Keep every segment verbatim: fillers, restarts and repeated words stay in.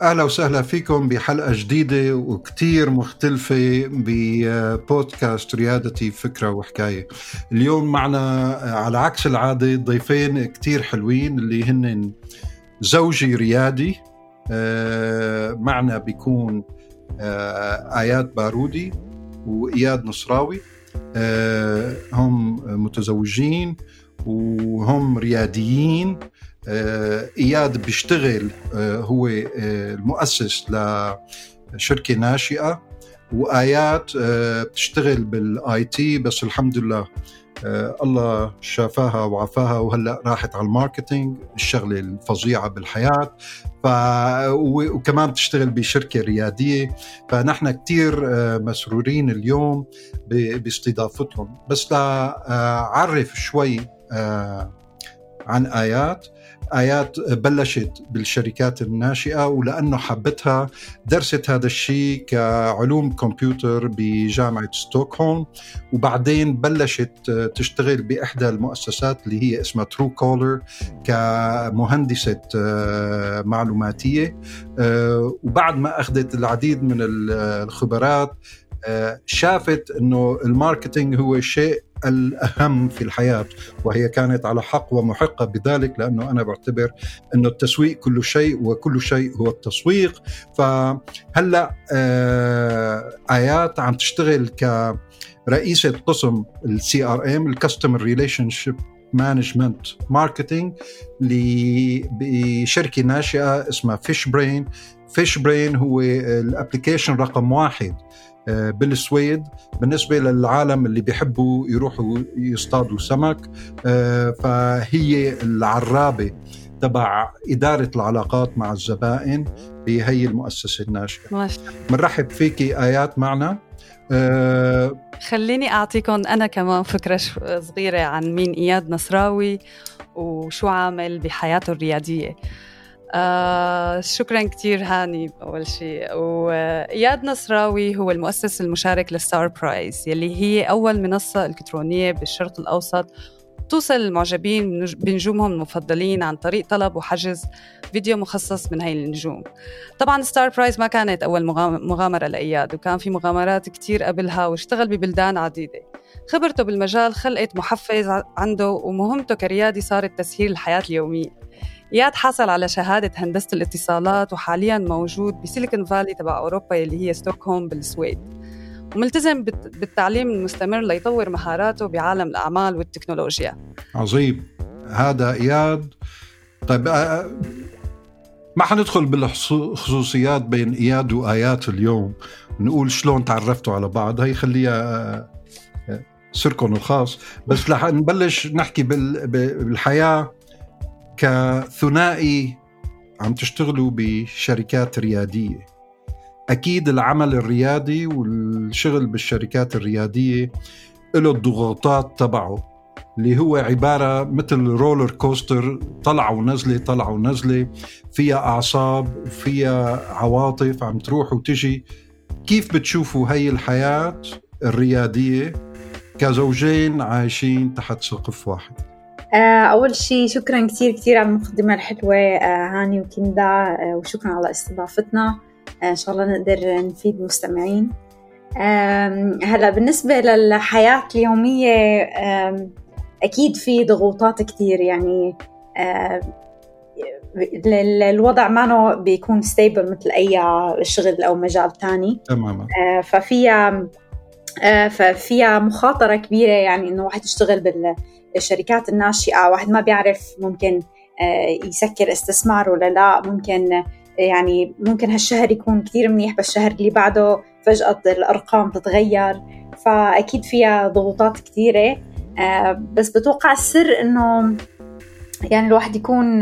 أهلا وسهلا فيكم بحلقة جديدة وكتير مختلفة ببودكاست ريادتي فكرة وحكاية. اليوم معنا على عكس العادة ضيفين كتير حلوين اللي هن زوجي ريادي، معنا بيكون آيات بارودي وإياد نصراوي. هم متزوجين وهم رياديين. إياد بيشتغل، هو المؤسس لشركة ناشئة، وآيات بتشتغل بالآي تي، بس الحمد لله الله شافاها وعافاها وهلأ راحت على الماركتينج، الشغلة الفظيعة بالحياة. ف... وكمان بتشتغل بشركة ريادية. فنحن كتير مسرورين اليوم باستضافتهم. بس لأعرف شوي عن آيات. آيات بلشت بالشركات الناشئة، ولأنه حبتها درست هذا الشيء كعلوم كمبيوتر بجامعة ستوكهولم، وبعدين بلشت تشتغل بإحدى المؤسسات اللي هي اسمها ترو كولر كمهندسة معلوماتية. وبعد ما أخذت العديد من الخبرات شافت أنه الماركتينج هو شيء الأهم في الحياة، وهي كانت على حق ومحقة بذلك، لأنه أنا بعتبر أنه التسويق كل شيء وكل شيء هو التسويق. فهلأ آيات عم تشتغل كرئيسة قسم ال سي آر إم، ال Customer Relationship Management Marketing، بشركة ناشئة اسمها فيش برين. فيش برين هو الابليكيشن رقم واحد بالسويد بالنسبة للعالم اللي بيحبوا يروحوا يصطادوا سمك. فهي العرابة تبع إدارة العلاقات مع الزبائن بهي المؤسسة الناشئة. مرحب فيكي آيات معنا. خليني أعطيكم أنا كمان فكرة صغيرة عن مين إياد نصراوي وشو عامل بحياته الريادية. آه شكراً كتير هاني أول شيء. وإياد نصراوي هو المؤسس المشارك للستار برايز، يلي هي أول منصة إلكترونية بالشرق الأوسط توصل المعجبين بنجومهم المفضلين عن طريق طلب وحجز فيديو مخصص من هاي النجوم. طبعاً ستار برايز ما كانت أول مغامرة لإياد، وكان في مغامرات كتير قبلها، واشتغل ببلدان عديدة. خبرته بالمجال خلقت محفز عنده، ومهمته كريادي صارت تسهيل الحياة اليومية. إياد حصل على شهادة هندسة الاتصالات، وحالياً موجود بسيليكون فالي تبع أوروبا اللي هي ستوكهولم بالسويد، وملتزم بالتعليم المستمر ليطور مهاراته بعالم الأعمال والتكنولوجيا. عظيم هذا إياد. طيب ما حندخل بالخصوصيات بين إياد وآيات اليوم، نقول شلون تعرفتوا على بعض، هاي خليها سركن الخاص. بس رح نبلش نحكي بالحياة كثنائي عم تشتغلوا بشركات ريادية. أكيد العمل الريادي والشغل بالشركات الريادية له الضغوطات تبعه، اللي هو عبارة مثل رولر كوستر، طلع ونزلة طلع ونزلة، فيها أعصاب وفيها عواطف عم تروح وتجي. كيف بتشوفوا هاي الحياة الريادية كزوجين عايشين تحت سقف واحد؟ أول شيء شكرا كتير كتير على المقدمة الحلوة هاني وكندا، وشكرا على استضافتنا. إن شاء الله نقدر نفيد المستمعين. هلا بالنسبة للحياة اليومية أكيد في ضغوطات كتير، يعني الوضع ما بيكون ستيبل مثل أي شغل أو مجال تاني تماما. ففيها ففيها مخاطرة كبيرة، يعني إنه واحد يشتغل بالشركات الناشئة، واحد ما بيعرف ممكن يسكر استثمار ولا لا، ممكن يعني ممكن هالشهر يكون كتير منيح بس الشهر اللي بعده فجأة الأرقام تتغير. فأكيد فيها ضغوطات كتيرة. بس بتوقع السر إنه يعني الواحد يكون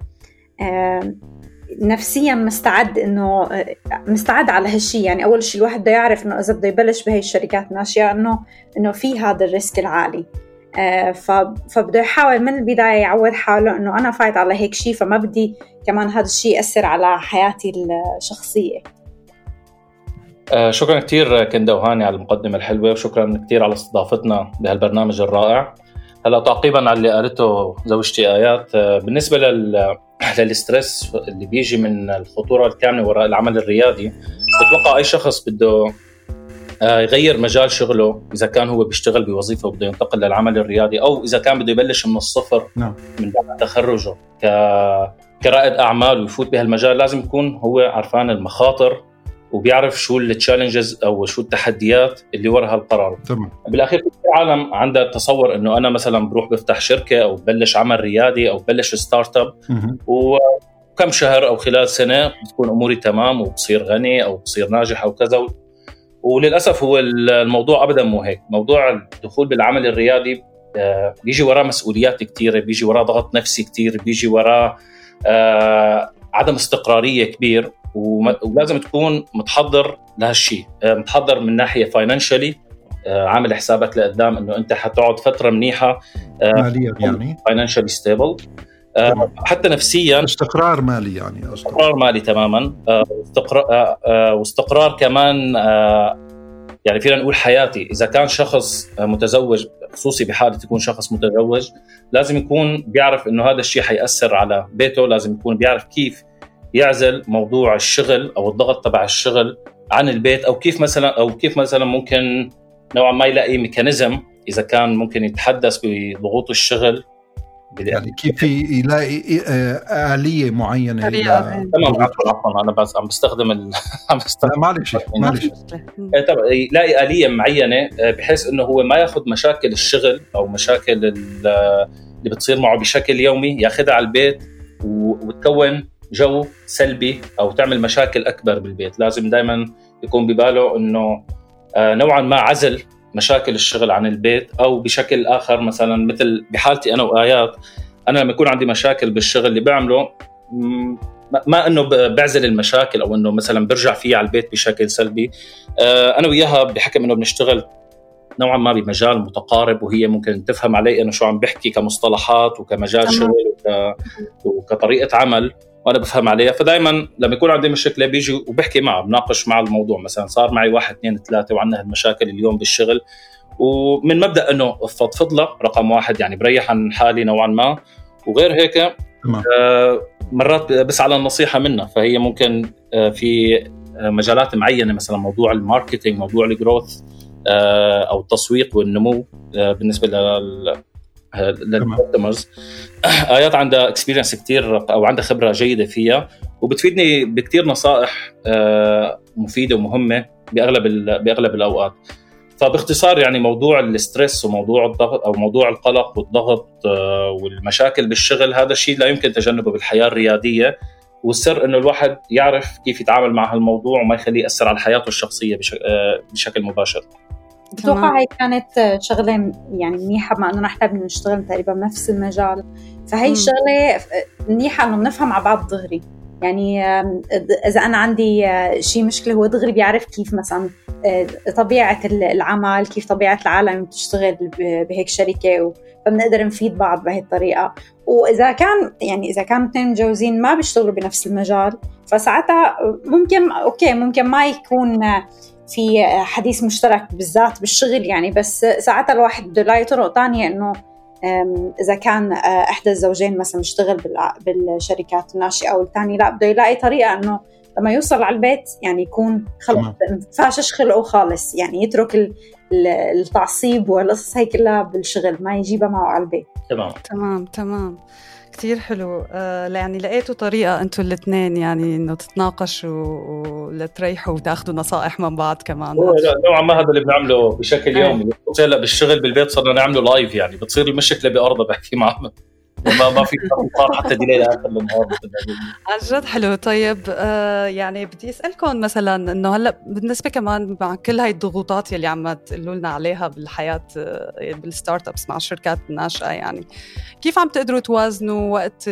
نفسيا مستعد، إنه مستعد على هالشي. يعني أول شيء الواحد بده يعرف إنه إذا بده يبلش بهاي الشركات الناشئة إنه إنه في هذا الريسك العالي. فبده يحاول من البداية يعود حاله إنه أنا فايت على هيك شيء، فما بدي كمان هذا الشيء يأثر على حياتي الشخصية. آه شكرا كتير كندا وهاني على المقدمة الحلوة، وشكرا كتير على استضافتنا بهالبرنامج الرائع. هلا تعقيبا على اللي قالته زوجتي آيات، بالنسبة لل للستريس اللي بيجي من الخطورة الكامنة وراء العمل الرياضي، بتوقع أي شخص بده يغير مجال شغله، إذا كان هو بيشتغل بوظيفة وبده ينتقل للعمل الرياضي، أو إذا كان بده يبلش من الصفر نعم. من بعد تخرجه ك... كرائد أعمال ويفوت بهالمجال، لازم يكون هو عرفان المخاطر وبيعرف شو التشالنجز أو شو التحديات اللي وراء هالقرار. تمام. بالأخير في عالم عنده التصور إنه أنا مثلا بروح بفتح شركة أو ببلش عمل ريادي أو ببلش ستارت اب وكم شهر أو خلال سنة بتكون أموري تمام وبصير غني أو بصير ناجح أو كذا، وللأسف هو الموضوع أبدا مو هيك. موضوع الدخول بالعمل الرياضي بيجي وراه مسؤوليات كتيرة، بيجي وراه ضغط نفسي كتير، بيجي وراه عدم استقرارية كبير، ولازم تكون متحضر لهالشيء، متحضر من ناحية فاينانشالي، عامل حسابك لقدام إنه أنت حتقعد فترة منيحة ماليا يعني فاينانشالي ستيبل، حتى نفسيا استقرار مالي يعني استقرار مالي تماما، واستقرار, واستقرار كمان يعني فينا نقول حياتي. إذا كان شخص متزوج، خصوصي بحالة يكون شخص متزوج، لازم يكون بيعرف إنه هذا الشيء حيأثر على بيته، لازم يكون بيعرف كيف يعزل موضوع الشغل أو الضغط تبع الشغل عن البيت، أو كيف مثلا أو كيف مثلا ممكن نوعا ما يلاقي ميكانيزم إذا كان ممكن يتحدث بضغوط الشغل، يعني كيف يلاقي آلية معينة. تمام عفوا أنا بس عم بستخدم ال... عم بستخدم معلش معلش يلاقي آلية معينة بحيث إنه هو ما يأخذ مشاكل الشغل أو مشاكل اللي بتصير معه بشكل يومي يأخذها على البيت وتكون جو سلبي أو تعمل مشاكل أكبر بالبيت. لازم دائما يكون بباله إنه نوعا ما عزل مشاكل الشغل عن البيت، أو بشكل آخر مثلا مثل بحالتي أنا وآيات، أنا لما يكون عندي مشاكل بالشغل اللي بعمله ما أنه بعزل المشاكل أو أنه مثلا برجع فيه على البيت بشكل سلبي، أنا وياها بحكم أنه بنشتغل نوعا ما بمجال متقارب، وهي ممكن تفهم علي أنه شو عم بحكي كمصطلحات وكمجال شغل وك... وكطريقة عمل، وأنا بفهم عليها. فدايما لما يكون عندي مشكلة بيجي وبحكي معه، بناقش مع الموضوع، مثلا صار معي واحد اثنين ثلاثة وعندنا هالمشاكل اليوم بالشغل، ومن مبدأ أنه فضفض له رقم واحد، يعني بريح عن حالي نوعا ما، وغير هيك آه مرات بس على النصيحة منها. فهي ممكن آه في آه مجالات معينة، مثلا موضوع الماركتينج، موضوع الجروث آه أو التسويق والنمو آه بالنسبة لل للكاستمرز، آيات عندها اكسبيرينس كتير أو عندها خبرة جيدة فيها، وبتفيدني بكتير نصائح مفيدة ومهمة بأغلب بأغلب الأوقات. فباختصار يعني موضوع الاسترس وموضوع الضغط أو موضوع القلق والضغط والمشاكل بالشغل، هذا الشيء لا يمكن تجنبه بالحياة الريادية، والسر إنه الواحد يعرف كيف يتعامل مع هالموضوع وما يخليه يأثر على حياته الشخصية بشكل مباشر. بتوقع هي كانت شغلة يعني منيحة، بما أنه نحن بدنا نشتغل تقريبا بنفس المجال، فهي الشغلة منيحة أنه بنفهم على بعض دغري. يعني إذا أنا عندي شيء مشكلة هو دغري بيعرف كيف مثلا طبيعة العمل، كيف طبيعة العالم بتشتغل بهيك شركة، فبنقدر نفيد بعض بهي الطريقة. وإذا كان يعني إذا كانوا اثنين متجوزين ما بيشتغلوا بنفس المجال، فساعتها ممكن أوكي ممكن ما يكون في حديث مشترك بالذات بالشغل يعني، بس ساعتها الواحد بده يلاقي طرق تانية إنه إذا كان إحدى الزوجين مثلا يشتغل بالشركات الناشئة أو الثاني لا، بده يلاقي طريقة إنه لما يوصل على البيت يعني يكون خلص فاشش خلقه خالص، يعني يترك التعصيب والقصص هي كلها بالشغل ما يجيبها معه على البيت. تمام تمام تمام كتير حلو. آه يعني لقيتوا طريقة أنتوا الاثنين يعني إنه تتناقشوا وتريحوا وتاخدوا نصائح من بعض كمان. نوعا ما هذا اللي بنعمله بشكل يومي. هلا بالشغل بالبيت صرنا نعمله لايف، يعني بتصير المشكلة بأرضه بحكي معه ما ما في صار حتى ديلي لاخر النهار. عن جد حلو. طيب آه يعني بدي اسالكم مثلا انه هلا بالنسبه كمان مع كل هاي الضغوطات يلي عم تقولوا لنا عليها بالحياه آه بالستارت ابس مع الشركات الناشئه، يعني كيف عم تقدروا توازنوا وقت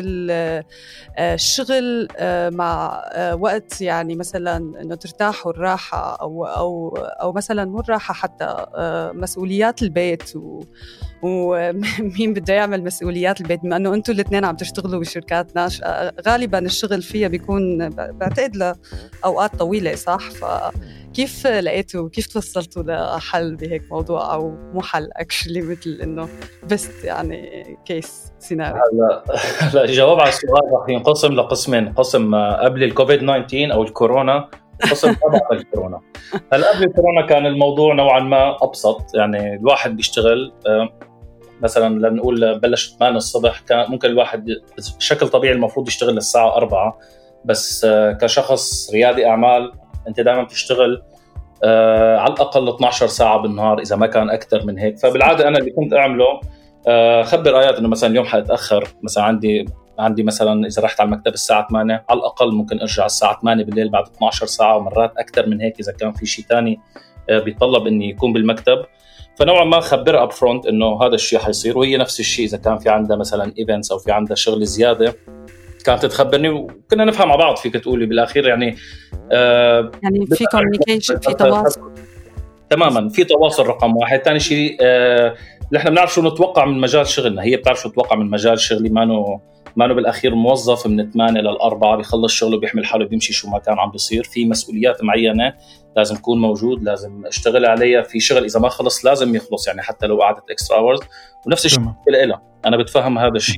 الشغل آه مع آه وقت يعني مثلا انه ترتاحوا الراحه او او او مثلا مو الراحه حتى آه مسؤوليات البيت و ومين بده يعمل مسؤوليات البيت، بما انه انتم الاثنين عم تشتغلوا بشركات ناشئه غالبا الشغل فيها بيكون بعتقد لاوقات طويله صح؟ فكيف لقيتوا كيف توصلتوا لحل بهيك موضوع او مو حل اكشلي مثل انه بس يعني كيس سيناريو؟ هلا هلا الجواب على السؤال رح ينقسم لقسمين، قسم قبل الكوفيد تسعة عشر او الكورونا، قسم بعد الكورونا. هلا قبل الكورونا كان الموضوع نوعا ما ابسط، يعني الواحد بيشتغل مثلا لنقول بلش ثمانية الصبح، كان ممكن الواحد بشكل طبيعي المفروض يشتغل للساعه أربعة، بس كشخص ريادي اعمال انت دائما بتشتغل على الاقل اثنتي عشرة ساعه بالنهار اذا ما كان اكثر من هيك. فبالعاده انا اللي كنت اعمله خبر ايات انه مثلا اليوم حاتاخر، مثلا عندي عندي مثلا اذا رحت على المكتب الساعه ثمانية على الاقل ممكن ارجع الساعه ثمانية بالليل بعد اثنتي عشرة ساعه، ومرات اكثر من هيك اذا كان في شيء ثاني بيتطلب اني يكون بالمكتب. فنوعا ما خبرها اب فرونت انه هذا الشيء حيصير، وهي نفس الشيء اذا كان في عندها مثلا ايفنتس او في عندها شغل زياده كانت تخبرني، وكنا نفهم مع بعض. فيك تقولي بالاخير يعني آه يعني في كوميونيكيشن، في تواصل تماما، في تواصل رقم واحد. ثاني شيء آه نحن بنعرف شو نتوقع من مجال شغلنا، هي بتعرف شو تتوقع من مجال شغلي. ما انه ما انه بالاخير موظف من ثمانية للأربعة بيخلص شغله بيحمل حاله بيمشي شو ما كان عم بيصير. في مسؤوليات معينه لازم اكون موجود، لازم اشتغل عليها. في شغل اذا ما خلص لازم يخلص، يعني حتى لو قعدت اكسترا اورز. ونفس الشيء لها، انا بتفهم هذا الشيء.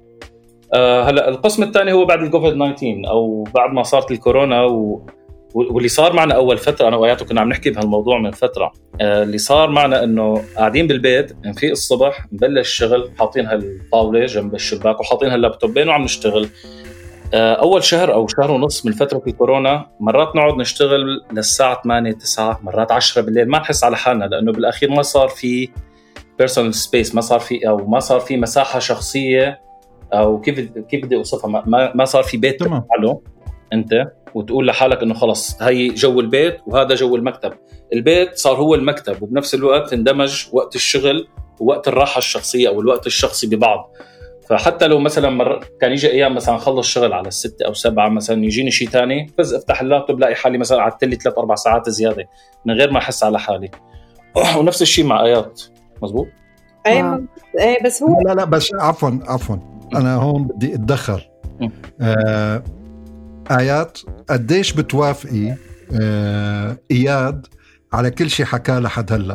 آه هلا القسم الثاني هو بعد الكوفيد تسعة عشر او بعد ما صارت الكورونا، و واللي صار معنا أول فترة، أنا وياته كنا عم نحكي بهالموضوع من فترة. آه اللي صار معنا إنه قاعدين بالبيت، نفيق الصبح نبلش شغل، حاطين هالطاولة جنب الشباك وحاطين هاللابتوبين وعم نشتغل. آه أول شهر أو شهر ونص من فترة الكورونا مرات نقعد نشتغل للساعة ثمانية تسعة، مرات عشرة بالليل، ما نحس على حالنا، لأنه بالأخير ما صار في personal space، ما صار في أو ما صار في مساحة شخصية، أو كيف كيف بدي أوصفها، ما ما صار في بيت تفعله أنت وتقول لحالك انه خلص هاي جو البيت وهذا جو المكتب. البيت صار هو المكتب، وبنفس الوقت اندمج وقت الشغل ووقت الراحة الشخصية او الوقت الشخصي ببعض. فحتى لو مثلا مر... كان يجي ايام مثلا خلص شغل على الستة او سبعة، مثلا يجيني شيء تاني بس افتح اللابتوب لاقي حالي مثلا قعدت لي ثلاث اربع ساعات زيادة من غير ما احس على حالي. ونفس الشيء مع ايات. مزبوط؟ اي بس هو لا لا بس عفوا عفوا انا هون بدي اتدخل. آه آيات، قديش بتوافقي آه إياد على كل شيء حكاه لحد هلا؟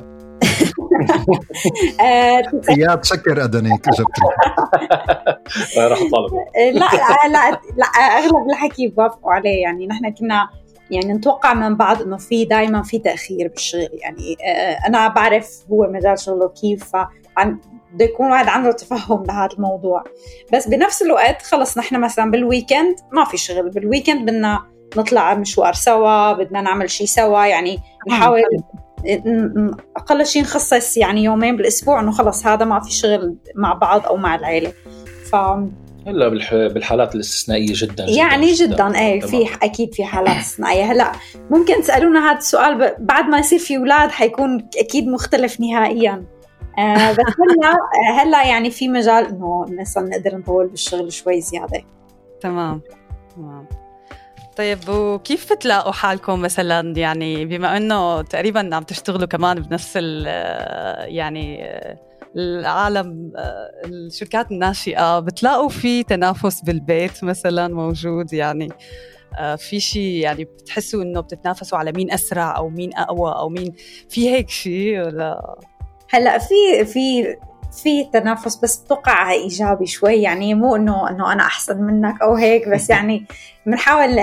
إياد سكر أدنيك إذا راح أطلب. لا لا لا أغلب الحكي بوافقوا عليه. يعني نحن كنا يعني نتوقع من بعض إنه في دايما في تأخير بالشغل. يعني أنا بعرف هو مجال شغله كيف، فعن بده يكون واحد عنده تفهم لهذا الموضوع. بس بنفس الوقت خلص نحن مثلا بالويكند ما في شغل، بالويكند بدنا نطلع مشوار سوا، بدنا نعمل شيء سوا، يعني نحاول أقل شيء نخصص يعني يومين بالأسبوع إنه خلص هذا ما في شغل مع بعض أو مع العائلة. ف هلا بالحالات الاستثنائية جدا, جداً يعني جدا, جداً ايه في أكيد في حالات استثنائية. هلا ممكن تسألونا هذا السؤال بعد ما يصير في أولاد، حيكون أكيد مختلف نهائياً. آه بس هلا هلا يعني في مجال انه مثلا نقدر نطول بالشغل شوي زياده. تمام تمام. طيب وكيف بتلاقوا حالكم مثلا، يعني بما انه تقريبا عم تشتغلوا كمان بنفس يعني العالم الشركات الناشئه، بتلاقوا في تنافس بالبيت مثلا موجود؟ يعني في شيء يعني بتحسوا انه بتتنافسوا على مين اسرع او مين اقوى او مين في هيك شيء ولا؟ هلا في في في تنافس بس توقع ايجابي شوي. يعني مو انه انه انا احسن منك او هيك، بس يعني بنحاول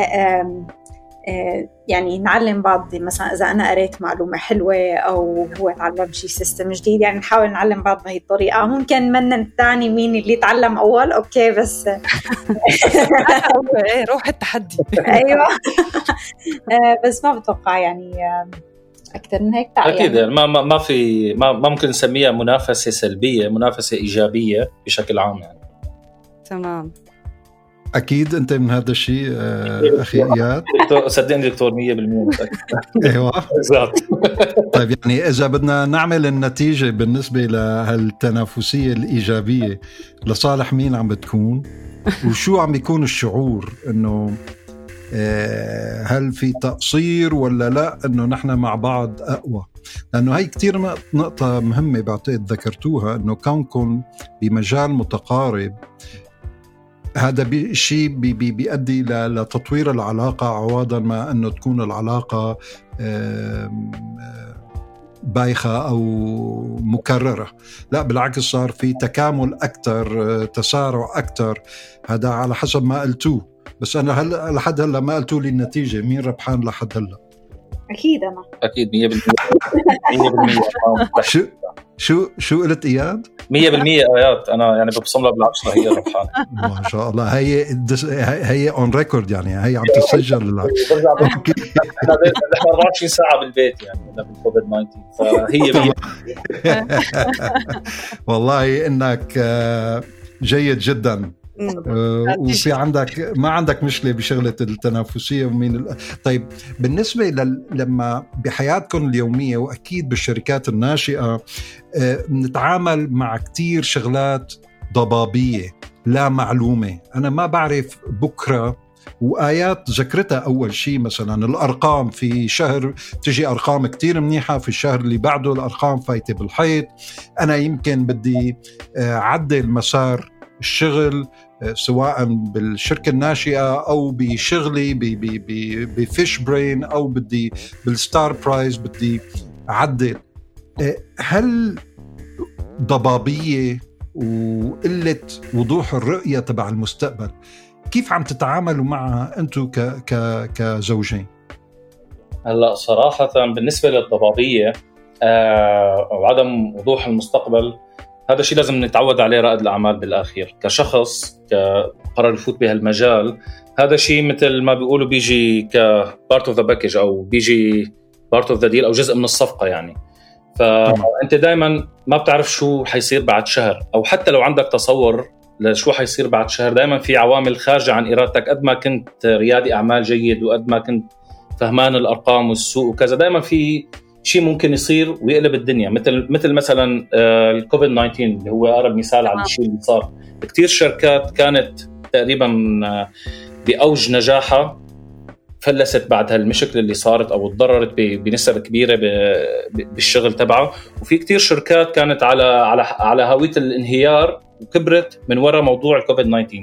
يعني نعلم بعض. مثلا اذا انا قريت معلومه حلوه او هو تعلم شيء سيستم جديد، يعني نحاول نعلم بعض بهي الطريقه. ممكن من الثاني مين اللي تعلم اول، اوكي بس ايه روح التحدي. ايوه بس ما بتوقع يعني أكثر من هيك. أكيد يعني ما ما في ما ما ممكن نسميها منافسة سلبية، منافسة إيجابية بشكل عام يعني. تمام. أكيد أنت من هذا الشيء أخي إياد. صدقني دكتور مية بالمية. أيوة. طيب يعني إذا بدنا نعمل النتيجة بالنسبة لهالتنافسية الإيجابية لصالح مين عم بتكون، وشو عم بيكون الشعور إنه هل في تقصير ولا لا إنه نحن مع بعض أقوى؟ لأنه هي كتير نقطة مهمة بعتقد ذكرتوها، أنه كونكم بمجال متقارب هذا شيء بي بي بيؤدي لتطوير العلاقة عوضا ما أنه تكون العلاقة بايخة أو مكررة. لا بالعكس، صار في تكامل أكتر، تسارع أكتر. هذا على حسب ما قلتوه، بس أنا هل لحد هلا ما قلتوا لي النتيجة، مين ربحان لحد هلا؟ أكيد أنا أكيد مية بالمية. شو شو شو قلت إياد؟ مية بالمية آيات. أنا يعني ببصم لها بالعشرة، هي ربحان. ما شاء الله. هي هي on record يعني، هي عم تسجل. برجع بحكي إحنا أربعة وعشرين ساعة بالبيت يعني بالكوفيد تسعة عشر، فهي والله إنك جيد جدا. وفي عندك ما عندك مشكلة بشغلة التنافسية ومين ال... طيب بالنسبة لل... لما بحياتكم اليومية وأكيد بالشركات الناشئة نتعامل مع كتير شغلات ضبابية لا معلومة. أنا ما بعرف بكرة، وآيات ذكرتها أول شيء مثلا الأرقام، في شهر تجي أرقام كتير منيحة، في الشهر اللي بعده الأرقام فايتة بالحيط. أنا يمكن بدي عدل مسار الشغل سواء بالشركة الناشئة أو بشغلي بفيش برين أو بدي بالستار برايز بدي أعدل. هل ضبابية وقلة وضوح الرؤية تبع المستقبل كيف عم تتعاملوا معها أنتوا ك ك كزوجين؟ هلا صراحة بالنسبة للضبابية آه وعدم وضوح المستقبل، هذا الشيء لازم نتعود عليه رائد الأعمال بالأخير. كشخص كقرر يفوت بهالمجال، هذا شيء مثل ما بيقولوا بيجي كبارت اوف ذا باكج أو بيجي بارت اوف ذا ديل أو جزء من الصفقة يعني. فأنت دايما ما بتعرف شو حيصير بعد شهر، أو حتى لو عندك تصور لشو حيصير بعد شهر، دايما في عوامل خارجة عن إرادتك. قد ما كنت ريادي أعمال جيد وقد ما كنت فهمان الأرقام والسوق وكذا، دائما في شيء ممكن يصير ويقلب الدنيا. مثل مثل مثلا الكوفيد تسعة عشر اللي هو أقرب مثال على الشيء اللي صار. كتير شركات كانت تقريبا بأوج نجاحها فلست بعد هالمشكلة اللي صارت أو تضررت بنسب كبيرة بالشغل تبعه. وفي كتير شركات كانت على على على هاوية الانهيار وكبرت من وراء موضوع الكوفيد تسعة عشر.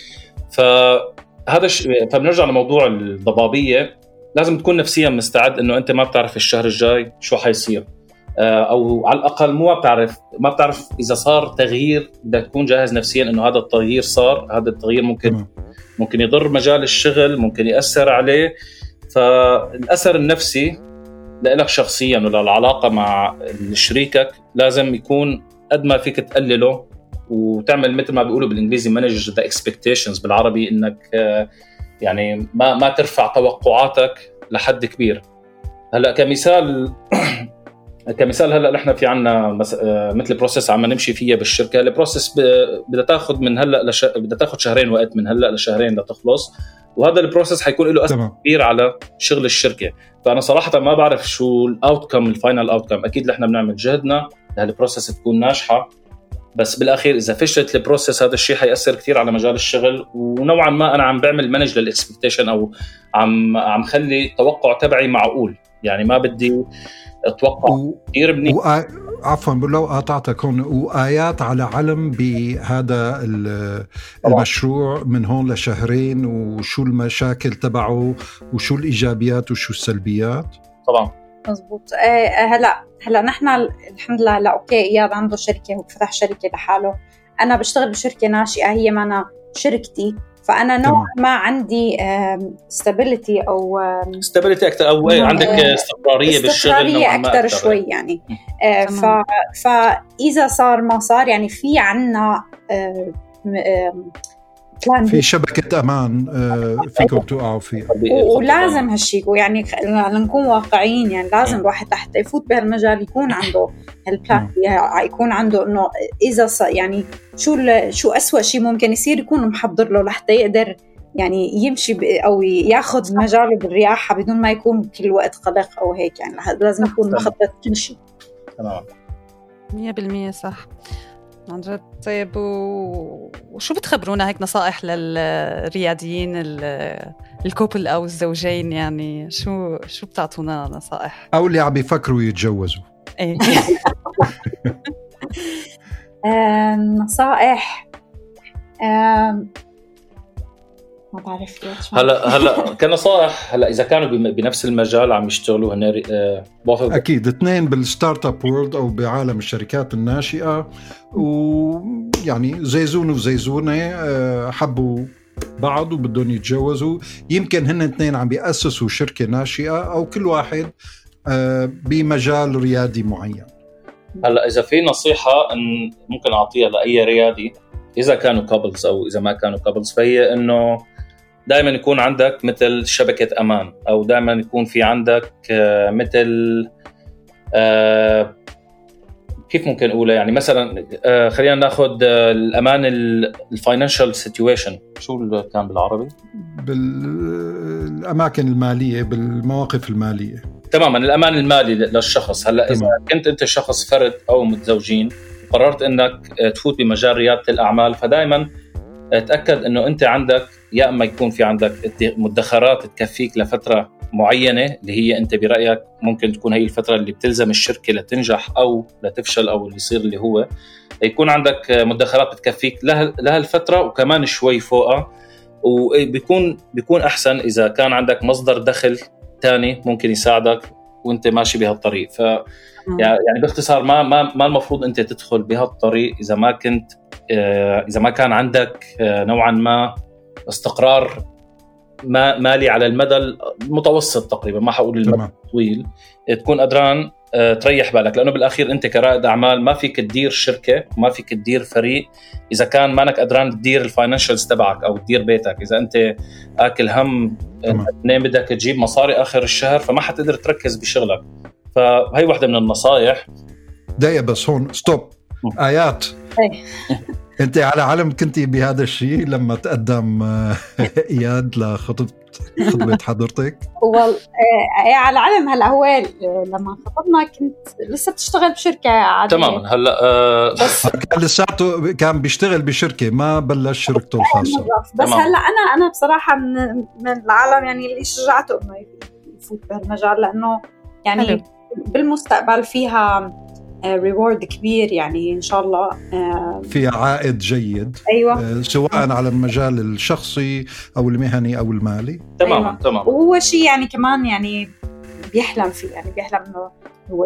فهذا ش... فبنرجع لموضوع الضبابية. لازم تكون نفسيا مستعد انه انت ما بتعرف الشهر الجاي شو حيصير، او على الاقل مو بتعرف ما بتعرف اذا صار تغيير، بدك تكون جاهز نفسيا انه هذا التغيير صار. هذا التغيير ممكن ممكن يضر مجال الشغل، ممكن يأثر عليه. فالأثر النفسي لك شخصيا وللعلاقة مع شريكك لازم يكون قد ما فيك تقلله وتعمل مثل ما بيقولوا بالإنجليزي manage the expectations، بالعربي إنك يعني ما ما ترفع توقعاتك لحد كبير. هلا كمثال كمثال هلا نحن في عنا مثل بروسيس عم نمشي فيها بالشركه. البروسيس بدها تاخذ من هلا لش... بدها تاخذ شهرين وقت، من هلا لشهرين لتخلص، وهذا البروسيس حيكون له اثر كبير على شغل الشركه. فانا صراحه ما بعرف شو الاوتكم الفاينل اوتكم. اكيد نحن بنعمل جهدنا لهالبروسيس تكون ناجحه، بس بالاخير اذا فشلت البروسيس هذا الشيء حيأثر كثير على مجال الشغل. ونوعا ما انا عم بعمل مانج للاكسبكتيشن، او عم عم خلي التوقع تبعي معقول، يعني ما بدي اتوقع كثير منيح. وآ... عفوا لو قاطعتك هون، وآيات على علم بهذا المشروع من هون لشهرين، وشو المشاكل تبعه وشو الإيجابيات وشو السلبيات. طبعا مزبوط. آه هلا هلا نحن الحمد لله هلا اوكي اياد عنده شركه وفتح شركه لحاله، انا بشتغل بشركه ناشئه هي معنا شركتي، فانا نوعا ما عندي ستابيليتي او ستابيليتي اكثر، او عندك استقراريه بالشغل نوعا ما اكثر شوي يعني. آه ف فاذا صار ما صار يعني في عنا آه في شبكة أمان فيكم تقعوا فيها، ولازم هالشيء يعني لنكون واقعيين. يعني لازم الواحد لحتى يفوت بهالمجال يكون عنده هالبلان، يكون عنده إنه إذا يعني شو شو أسوأ شيء ممكن يصير يكون محضر له لحتى يقدر يعني يمشي أو ياخذ مجاله بالرياحة بدون ما يكون كل وقت قلق أو هيك. يعني لازم يكون مخطط كل شيء. تمام مية بالمية صح. عن جد. طيب وشو بتخبرونا هيك نصائح للرياديين الكوبل أو الزوجين؟ يعني شو شو بتعطونا نصائح؟ أو اللي عم يفكروا يتجوزوا. إيه. نصائح ما بعرف ليش. هلا هلا كنصائح، هلا اذا كانوا بنفس المجال عم يشتغلوا هن بوافق اكيد اثنين بالستارت اب وورلد او بعالم الشركات الناشئه، ويعني زيزون وزيزونه حبوا بعض وبدهم يتجوزوا، يمكن هن اثنين عم بيأسسوا شركه ناشئه او كل واحد بمجال ريادي معين. هلا اذا في نصيحه ان ممكن اعطيها لاي ريادي اذا كانوا كابلز او اذا ما كانوا كابلز، فهي انه دائما يكون عندك مثل شبكه امان، او دائما يكون في عندك مثل كيف ممكن اقولها، يعني مثلا خلينا ناخذ الامان الفاينانشال سيتويشن، شو كان بالعربي؟ بالاماكن الماليه، بالمواقف الماليه. تماما، الامان المالي للشخص. هلا اذا كنت انت شخص فرد او متزوجين قررت انك تفوت بمجال رياده الاعمال، فدائما تاكد انه انت عندك يا اما يكون في عندك مدخرات تكفيك لفتره معينه، اللي هي انت برايك ممكن تكون هي الفتره اللي بتلزم الشركه لتنجح او لتفشل او اللي يصير اللي هو، يكون عندك مدخرات بتكفيك لها الفتره وكمان شوي فوقها. وبيكون بيكون احسن اذا كان عندك مصدر دخل تاني ممكن يساعدك وانت ماشي بهالطريق. ف يعني باختصار ما ما ما المفروض انت تدخل بهالطريق اذا ما كنت اذا ما كان عندك نوعا ما استقرار ما مالي على المدى المتوسط تقريبا، ما حقول المدى الطويل، تكون قدران تريح بالك. لانه بالاخير انت كرائد اعمال ما فيك تدير شركه وما فيك تدير فريق اذا كان ما انك قدران تدير الفاينانشالز تبعك او تدير بيتك. اذا انت اكل هم اثنين بدك تجيب مصاري اخر الشهر فما حتقدر تركز بشغلك. فهي واحدة من النصائح. داية بس هون ستوب. آيات انت على علم كنتي بهذا الشيء لما تقدم إياد لخطبة خطبة حضرتك؟ والله على علم. هلا هو لما خطبنا كنت لسه بتشتغل بشركة عادية تماما. هلا أه بس كان لساته كان بيشتغل بشركة ما بلش شركته الخاصة. بس تمام. هلا أنا أنا بصراحة من من العالم يعني اللي شجعته إنه يفوت بهالمجال، لأنه يعني حلو. بالمستقبل فيها ريورد كبير يعني إن شاء الله، فيها عائد جيد. أيوة. سواء على المجال الشخصي أو المهني أو المالي. تمام. أيوة. تمام. وهو شيء يعني كمان يعني بيحلم فيه، يعني بيحلم إنه هو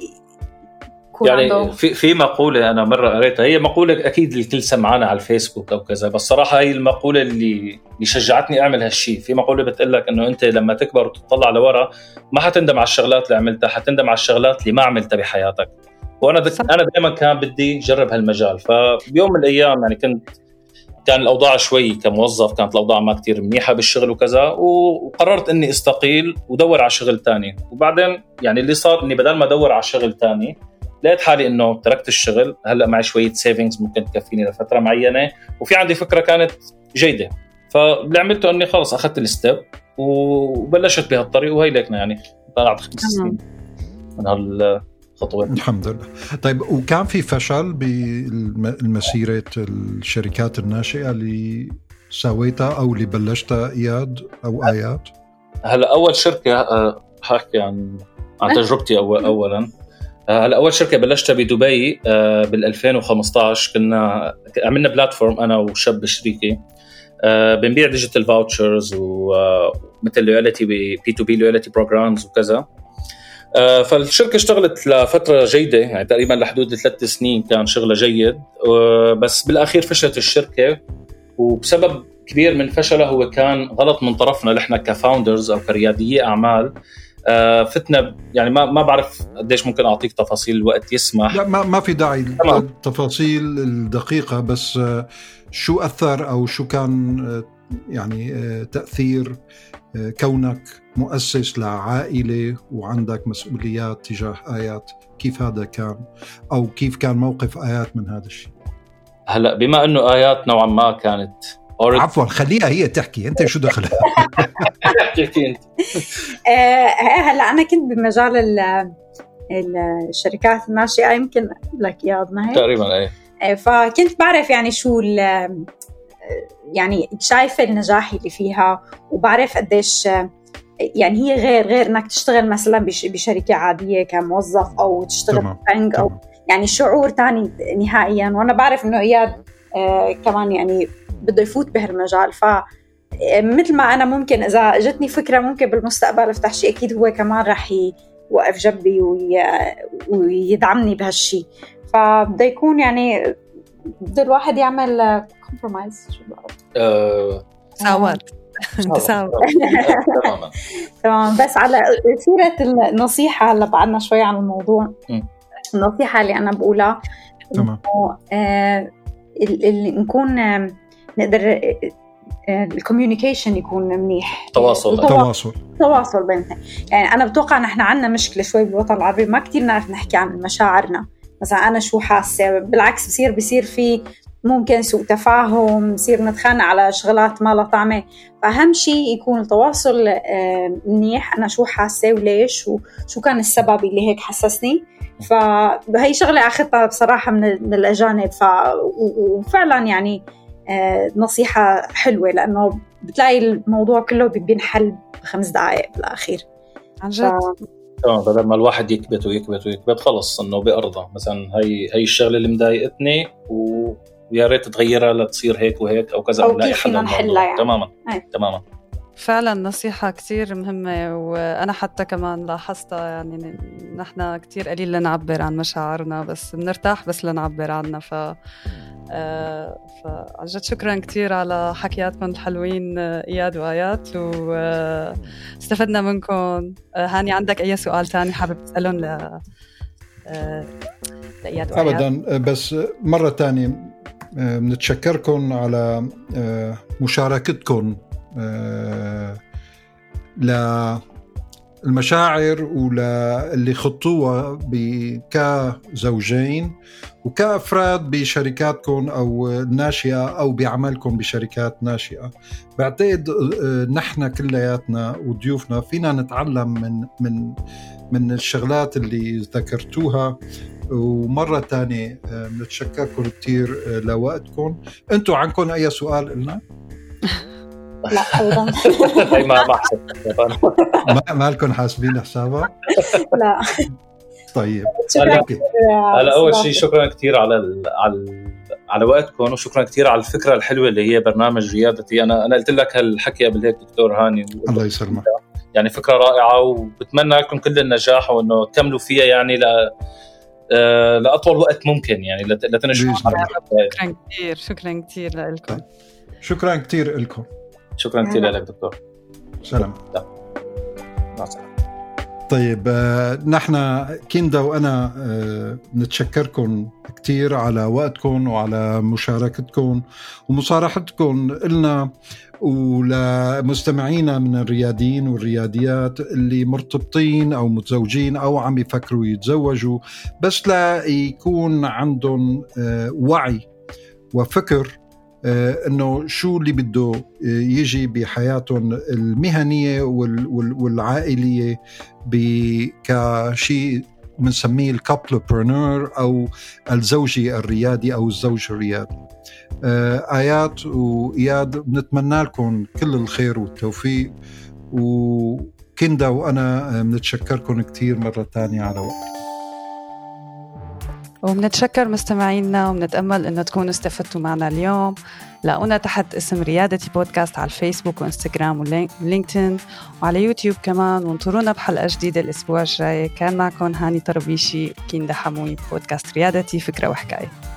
يعني في في مقولة أنا مرة قريتها، هي مقولة أكيد الكل سمعانا على الفيسبوك أو كذا، بس صراحة هي المقولة اللي اللي شجعتني أعمل هالشيء. في مقولة بتقلك إنه أنت لما تكبر وتطلع لورا ما حتندم على الشغلات اللي عملتها، حتندم على الشغلات اللي ما عملتها بحياتك. وأنا دك... أنا دائما كان بدي جرب هالمجال. فبيوم من الأيام يعني كنت كان الأوضاع شوي كموظف، كانت الأوضاع ما كتير منيحة بالشغل وكذا، وقررت إني استقيل ودور على شغل تاني. وبعدين يعني اللي صار إني بدل ما أدور على شغل تاني لقيت حالي إنه تركت الشغل. هلأ معي شوية سيفينجز ممكن تكفيني لفترة معينة، وفي عندي فكرة كانت جيدة. فاللي عملته إني خلص أخذت الستيب وبلشت بهالطريق، وهي ليكنا يعني طلعت خمس سنين من هالخطوة الحمد لله. طيب وكان في فشل بالمسيرة الشركات الناشئة اللي سويتها أو اللي بلشتها إياد أو آيات؟ هلأ أول شركة حاحكي عن عن تجربتي أول أولاً. هلا أول شركة بلشتها بدبي بال ألفين وخمسطعش. كنا عملنا بلاتفورم أنا وشاب شريكي بنبيع ديجيتال فاوتشرز ومثل لويالتي بي تو بي لويالتي بروجرامز وكذا. فالشركة اشتغلت لفترة جيدة يعني تقريبا لحدود ثلاث سنين كان شغلها جيد، بس بالأخير فشلت الشركة. وبسبب كبير من فشلها هو كان غلط من طرفنا نحن كفاوندرز أو كرياديي أعمال. فتنا يعني ما ما بعرف قديش ممكن اعطيك تفاصيل الوقت يسمح. لا ما ما في داعي للتفاصيل الدقيقه، بس شو اثر او شو كان يعني تاثير كونك مؤسس لعائله وعندك مسؤوليات تجاه آيات؟ كيف هذا كان او كيف كان موقف آيات من هذا الشيء؟ هلا بما انه آيات نوعا ما كانت أورد... عفوا خليها هي تحكي، انت شو دخلها؟ احكي انت. هلا انا كنت بمجال الشركات الناشئه يمكن لك يا ما هي تقريبا ايه فكنت بعرف يعني شو يعني شايفة النجاح اللي فيها، وبعرف قديش يعني هي غير غير انك تشتغل مثلا بشركة عادية كموظف او تشتغل ببنك او يعني شعور تاني نهائيا. وانا بعرف انه اياد آه كمان يعني بده يفوت بهالمجال، ف مثل ما انا ممكن اذا جتني فكرة ممكن بالمستقبل افتح شيء، اكيد هو كمان راح يوقف جنبي وي... ويدعمني بهالشيء. فبده يكون يعني بده الواحد يعمل كومبرومايز شو بعرف تساوات تساوات تماما تمام. بس على سيرة النصيحة هلا بعدنا شوي عن الموضوع. النصيحة اللي أنا بقولها تمام آه اللي نكون آه نقدر الكوميونيكيشن يكون منيح، تواصل تواصل تواصل بيننا. يعني أنا بتوقع نحن عنا مشكلة شوي بالوطن العربي، ما كتير نعرف نحكي عن مشاعرنا. مثلا أنا شو حاسة، بالعكس بصير بصير في ممكن سوء تفاهم، بصير نتخانق على شغلات ما لها طعمة. فأهم شيء يكون التواصل منيح، أنا شو حاسة وليش وشو كان السبب اللي هيك حسسني. فهي شغلة أخذتها بصراحة من الأجانب، ف... وفعلا يعني نصيحة حلوة، لأنه بتلاقي الموضوع كله بينحل بخمس دقائق بالأخير. عن جد اه بدل ما الواحد يكبت ويكبت ويكبت خلص انه بأرضه مثلا هي هي الشغله اللي مضايقتني ويا ريت تغيرها لتصير هيك وهيك او كذا، او كيف فينا نحلها يعني. تماما أي. تماما فعلا نصيحة كتير مهمة، وأنا حتى كمان لاحظتها. يعني نحن كتير قليل لنعبر عن مشاعرنا، بس بنرتاح بس لنعبر عنها. ف آه فعن جد شكرا كتير على حكياتكم الحلوين إياد وآيات، واستفدنا منكم. آه هاني عندك أي سؤال تاني حابب تسألون ل آه لإياد وآيات؟ أبدا، بس مرة تانية بنتشكركم على مشاركتكم للمشاعر وللي خطوها كزوجين وكأفراد بشركاتكم أو ناشئة أو بعملكم بشركات ناشئة. بعتقد نحن كلياتنا وضيوفنا فينا نتعلم من من من الشغلات اللي ذكرتوها. ومرة تانية نتشكركم كتير لوقتكم. أنتوا عنكم أي سؤال إلنا؟ لا أيضا ما ما حسبت ما لكم حاسبين حسابها؟ لا. طيب هلا أول شيء شكرا كتير على ال على ال على وقتكم، وشكرا كتير على الفكرة الحلوة اللي هي برنامج ريادتي. أنا أنا قلت لك هالحكي قبل هيك دكتور هاني، الله يسلمك، يعني فكرة رائعة وبتمنى لكم كل النجاح وإنه تكملوا فيها يعني ل لأطول وقت ممكن، يعني لتنجحوا. شكرا كتير شكرا كتير لكم. شكرا كتير لكم. شكرا كتير لك دكتور. سلام. مع السلامة. طيب آه، نحن كيندا وأنا آه، نتشكركم كتير على وقتكم وعلى مشاركتكم ومصارحتكم لنا ولمستمعينا من الرياديين والرياديات اللي مرتبطين أو متزوجين أو عم يفكروا يتزوجوا، بس لا يكون عندهم آه، وعي وفكر إنه شو اللي بده يجي بحياتهم المهنية والعائلية كشيء بنسميه الكابلبرنور أو الزوجي الريادي أو الزوج الريادي. آيات وإياد بنتمنى لكم كل الخير والتوفيق، وكندا وأنا بنتشكركم كتير مرة تانية على وقتكم، وبنتشكر مستمعينا وبنتأمل أنه تكونوا استفدتوا معنا اليوم. لاقونا تحت اسم ريادتي بودكاست على الفيسبوك وإنستغرام ولينكدين وعلى يوتيوب كمان، وانطرونا بحلقة جديدة الأسبوع الجاي. كان معكم هاني طربيشي كيندا حموي بودكاست ريادتي فكرة وحكاية.